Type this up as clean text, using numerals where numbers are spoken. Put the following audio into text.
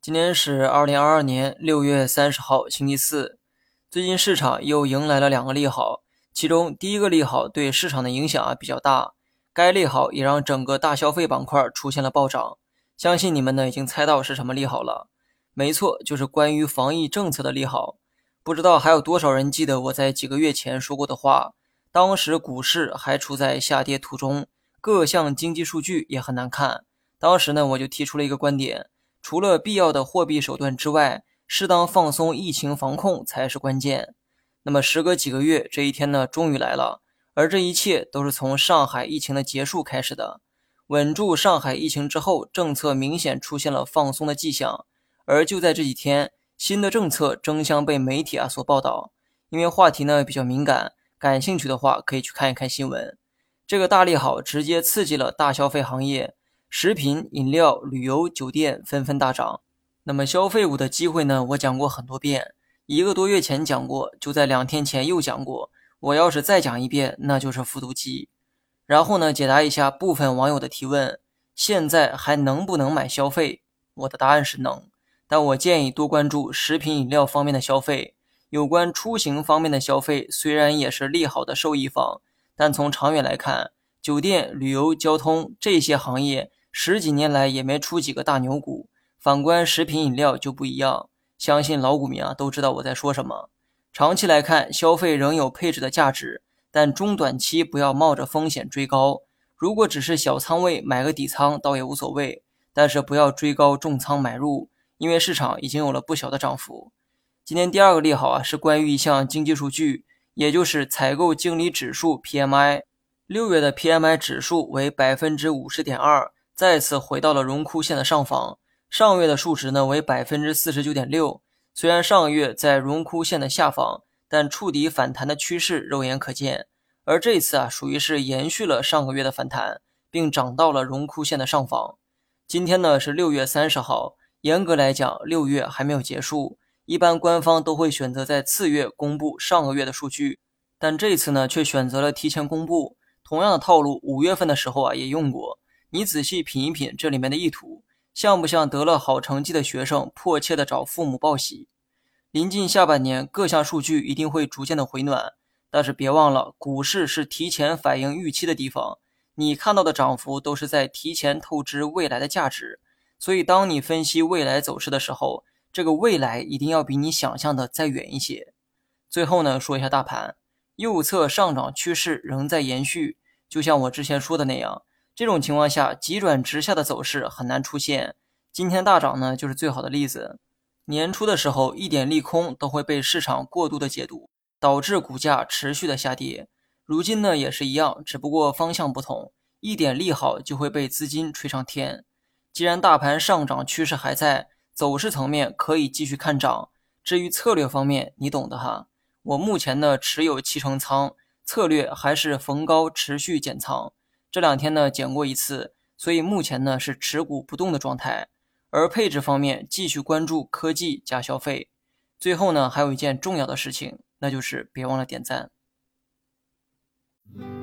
今天是2022年6月30号，星期四。最近市场又迎来了两个利好，其中第一个利好对市场的影响比较大，该利好也让整个大消费板块出现了暴涨。相信你们已经猜到是什么利好了，没错，就是关于防疫政策的利好。不知道还有多少人记得我在几个月前说过的话，当时股市还处在下跌途中，各项经济数据也很难看。当时我就提出了一个观点，除了必要的货币手段之外，适当放松疫情防控才是关键。那么时隔几个月，这一天终于来了，而这一切都是从上海疫情的结束开始的。稳住上海疫情之后，政策明显出现了放松的迹象，而就在这几天，新的政策争相被媒体所报道。因为话题比较敏感，感兴趣的话可以去看一看新闻。这个大利好直接刺激了大消费行业，食品、饮料、旅游、酒店纷纷大涨。那么消费股的机会我讲过很多遍，1个多月前讲过，就在2天前又讲过，我要是再讲一遍，那就是复读机。然后解答一下部分网友的提问，现在还能不能买消费？我的答案是能，但我建议多关注食品饮料方面的消费。有关出行方面的消费虽然也是利好的受益方，但从长远来看，酒店、旅游、交通这些行业10几年来也没出几个大牛股，反观食品饮料就不一样，相信老股民都知道我在说什么。长期来看，消费仍有配置的价值，但中短期不要冒着风险追高。如果只是小仓位买个底仓倒也无所谓，但是不要追高重仓买入，因为市场已经有了不小的涨幅。今天第二个利好是关于一项经济数据，也就是采购经理指数 PMI。 6月的 PMI 指数为 50.2%， 再次回到了荣枯线的上方。上月的数值为 49.6%， 虽然上个月在荣枯线的下方，但触底反弹的趋势肉眼可见。而这次属于是延续了上个月的反弹，并涨到了荣枯线的上方。今天是6月30号，严格来讲6月还没有结束，一般官方都会选择在次月公布上个月的数据，但这次却选择了提前公布。同样的套路5月份的时候也用过，你仔细品一品这里面的意图，像不像得了好成绩的学生迫切的找父母报喜？临近下半年，各项数据一定会逐渐的回暖，但是别忘了，股市是提前反映预期的地方，你看到的涨幅都是在提前透支未来的价值，所以当你分析未来走势的时候，这个未来一定要比你想象的再远一些。最后说一下大盘，右侧上涨趋势仍在延续，就像我之前说的那样，这种情况下急转直下的走势很难出现。今天大涨就是最好的例子。年初的时候一点利空都会被市场过度的解读，导致股价持续的下跌。如今也是一样，只不过方向不同，一点利好就会被资金吹上天。既然大盘上涨趋势还在，走势层面可以继续看涨，至于策略方面你懂的哈。我目前持有70%仓，策略还是逢高持续减仓。这2天减过一次，所以目前是持股不动的状态。而配置方面继续关注科技加消费。最后还有一件重要的事情，那就是别忘了点赞。